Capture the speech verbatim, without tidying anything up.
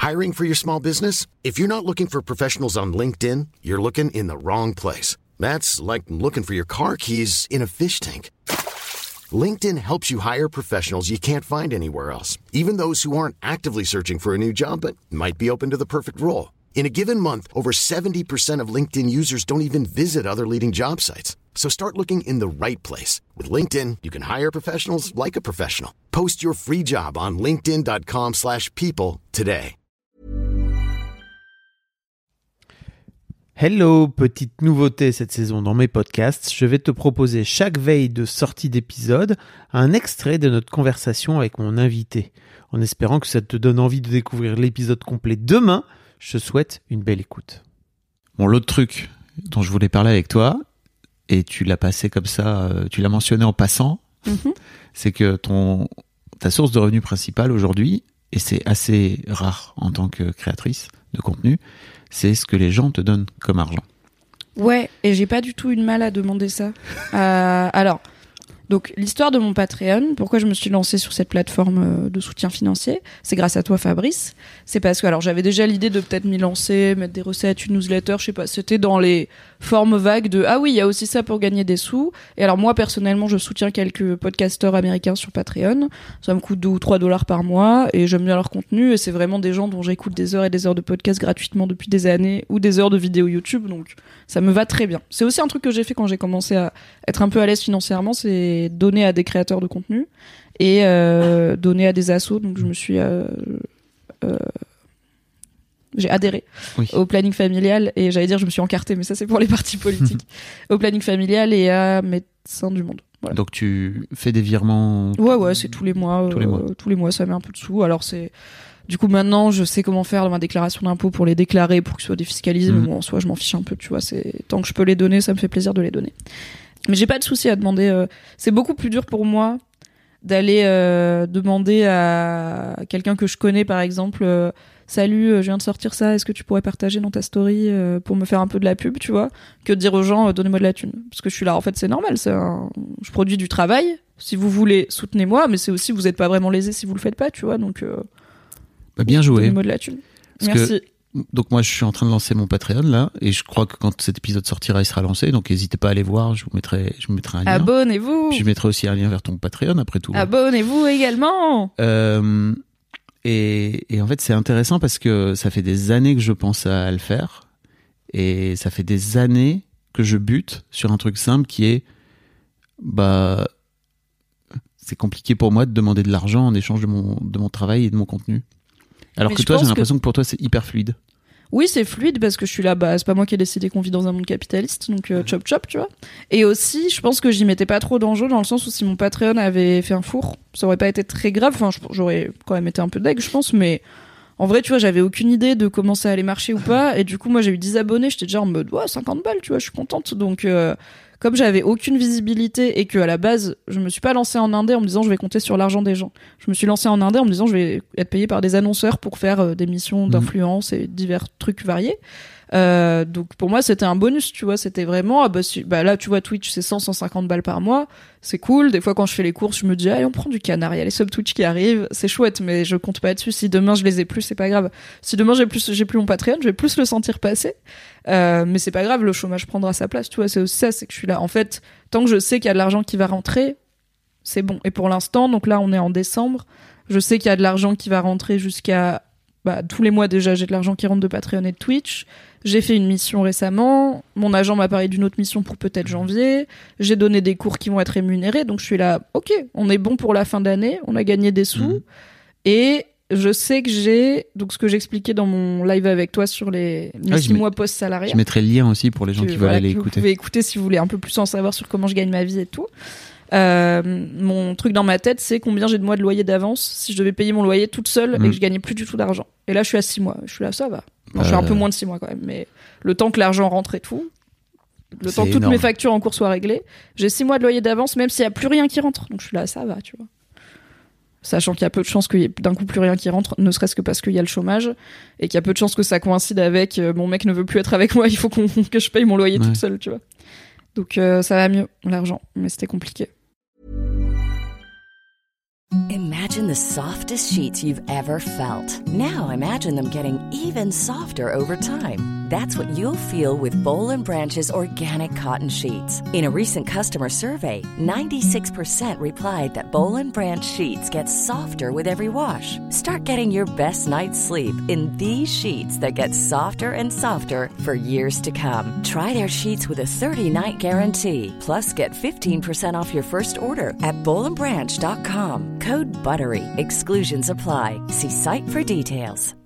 Hiring for your small business? If you're not looking for professionals on LinkedIn, you're looking in the wrong place. That's like looking for your car keys in a fish tank. LinkedIn helps you hire professionals you can't find anywhere else, even those who aren't actively searching for a new job but might be open to the perfect role. In a given month, over seventy percent of LinkedIn users don't even visit other leading job sites. So start looking in the right place. With LinkedIn, you can hire professionals like a professional. Post your free job on linkedin.com slash people today. Hello, petite nouveauté cette saison dans mes podcasts. Je vais te proposer chaque veille de sortie d'épisode un extrait de notre conversation avec mon invité. En espérant que ça te donne envie de découvrir l'épisode complet demain, je te souhaite une belle écoute. Bon, l'autre truc dont je voulais parler avec toi, et tu l'as passé comme ça, euh, tu l'as mentionné en passant, mm-hmm. c'est que ton, ta source de revenus principale aujourd'hui, et c'est assez rare en tant que créatrice de contenu, c'est ce que les gens te donnent comme argent. Ouais, et j'ai pas du tout eu de mal à demander ça. euh, alors, donc l'histoire de mon Patreon, pourquoi je me suis lancée sur cette plateforme de soutien financier, c'est grâce à toi Fabrice. C'est parce que alors j'avais déjà l'idée de peut-être m'y lancer, mettre des recettes, une newsletter, je sais pas, c'était dans les formes vagues de ah oui, il y a aussi ça pour gagner des sous. Et alors moi personnellement, je soutiens quelques podcasteurs américains sur Patreon. Ça me coûte deux ou trois dollars par mois et j'aime bien leur contenu et c'est vraiment des gens dont j'écoute des heures et des heures de podcast gratuitement depuis des années ou des heures de vidéos YouTube, donc ça me va très bien. C'est aussi un truc que j'ai fait quand j'ai commencé à être un peu à l'aise financièrement, c'est donner à des créateurs de contenu et euh, donner à des assos. Donc je me suis euh, euh, j'ai adhéré oui. au planning familial et j'allais dire je me suis encartée, mais ça c'est pour les partis politiques. Au planning familial et à Médecins du Monde. Voilà. Donc tu fais des virements? Ouais ouais, c'est tous les mois. Tous les mois. Euh, tous les mois, ça met un peu de sous. Alors c'est du coup maintenant je sais comment faire dans ma déclaration d'impôt pour les déclarer pour que ce soit défiscalisé. Mmh. Mais bon, en soi je m'en fiche un peu, tu vois. C'est tant que je peux les donner, ça me fait plaisir de les donner. Mais j'ai pas de souci à demander. Euh... C'est beaucoup plus dur pour moi d'aller euh, demander à quelqu'un que je connais, par exemple, euh, salut, euh, je viens de sortir ça, est-ce que tu pourrais partager dans ta story euh, pour me faire un peu de la pub, tu vois, que de dire aux gens, euh, donnez-moi de la thune. Parce que je suis là, en fait, c'est normal, c'est un... je produis du travail. Si vous voulez, soutenez-moi, mais c'est aussi, vous êtes pas vraiment lésé si vous le faites pas, tu vois, donc. Euh... Bah, bien joué. Donnez-moi de la thune. Parce Merci. Que... Donc moi je suis en train de lancer mon Patreon là et je crois que quand cet épisode sortira il sera lancé, donc n'hésitez pas à aller voir, je vous mettrai, je vous mettrai un lien. Abonnez-vous. Puis je mettrai aussi un lien vers ton Patreon après tout. Abonnez-vous également. Euh, et, et en fait c'est intéressant parce que ça fait des années que je pense à le faire et ça fait des années que je bute sur un truc simple qui est bah c'est compliqué pour moi de demander de l'argent en échange de mon de mon travail et de mon contenu. Alors mais que toi, j'ai l'impression que... que pour toi, c'est hyper fluide. Oui, c'est fluide parce que je suis là, bah, c'est pas moi qui ai décidé qu'on vit dans un monde capitaliste, donc euh, chop chop, tu vois. Et aussi, je pense que j'y mettais pas trop d'enjeux dans le sens où si mon Patreon avait fait un four, ça aurait pas été très grave. Enfin, j'aurais quand même été un peu deg, je pense, mais en vrai, tu vois, j'avais aucune idée de comment ça allait marcher ou pas. Et du coup, moi, j'ai eu dix abonnés, j'étais déjà en mode, ouais, cinquante balles, tu vois, je suis contente. Donc, euh, comme j'avais aucune visibilité et que à la base, je me suis pas lancée en indé en me disant je vais compter sur l'argent des gens. Je me suis lancée en indé en me disant je vais être payée par des annonceurs pour faire euh, des missions d'influence et divers trucs variés. Euh, donc pour moi c'était un bonus, tu vois, c'était vraiment ah bah, si, bah là tu vois Twitch c'est cent à cent cinquante balles par mois, c'est cool. Des fois quand je fais les courses je me dis allez on prend du canard, il y a les subs Twitch qui arrivent, c'est chouette, mais je compte pas dessus. Si demain je les ai plus c'est pas grave, si demain j'ai plus j'ai plus mon Patreon je vais plus le sentir passer, euh, mais c'est pas grave, le chômage prendra sa place, tu vois. C'est aussi ça, c'est que je suis là en fait tant que je sais qu'il y a de l'argent qui va rentrer c'est bon. Et pour l'instant donc là on est en décembre, je sais qu'il y a de l'argent qui va rentrer jusqu'à bah, tous les mois déjà j'ai de l'argent qui rentre de Patreon et de Twitch. J'ai fait une mission récemment, mon agent m'a parlé d'une autre mission pour peut-être janvier, j'ai donné des cours qui vont être rémunérés, donc je suis là, ok, on est bon pour la fin d'année, on a gagné des sous, mmh. et je sais que j'ai, donc ce que j'expliquais dans mon live avec toi sur les, les ah, six mois post-salariat. Je mettrai le lien aussi pour les gens que, qui veulent voilà, aller que écouter. Vous pouvez écouter si vous voulez un peu plus en savoir sur comment je gagne ma vie et tout. Euh, mon truc dans ma tête, c'est combien j'ai de mois de loyer d'avance si je devais payer mon loyer toute seule mmh. et que je gagnais plus du tout d'argent. Et là, je suis à six mois. Je suis là, ça va. Non, euh... je suis un peu moins de six mois quand même, mais le temps que l'argent rentre et tout, le c'est temps que toutes énorme. Mes factures en cours soient réglées, j'ai six mois de loyer d'avance, même s'il y a plus rien qui rentre. Donc je suis là, ça va, tu vois. Sachant qu'il y a peu de chances qu'il y ait d'un coup plus rien qui rentre, ne serait-ce que parce qu'il y a le chômage, et qu'il y a peu de chances que ça coïncide avec euh, mon mec ne veut plus être avec moi, il faut qu'on, que je paye mon loyer ouais. toute seule, tu vois. Donc euh, ça va mieux, l'argent, mais c'était compliqué. Imagine the softest sheets you've ever felt. Now imagine them getting even softer over time. That's what you'll feel with Boll and Branch's organic cotton sheets. In a recent customer survey, ninety-six percent replied that Boll and Branch sheets get softer with every wash. Start getting your best night's sleep in these sheets that get softer and softer for years to come. Try their sheets with a thirty-night guarantee. Plus, get fifteen percent off your first order at boll and branch dot com. Code BUTTERY. Exclusions apply. See site for details.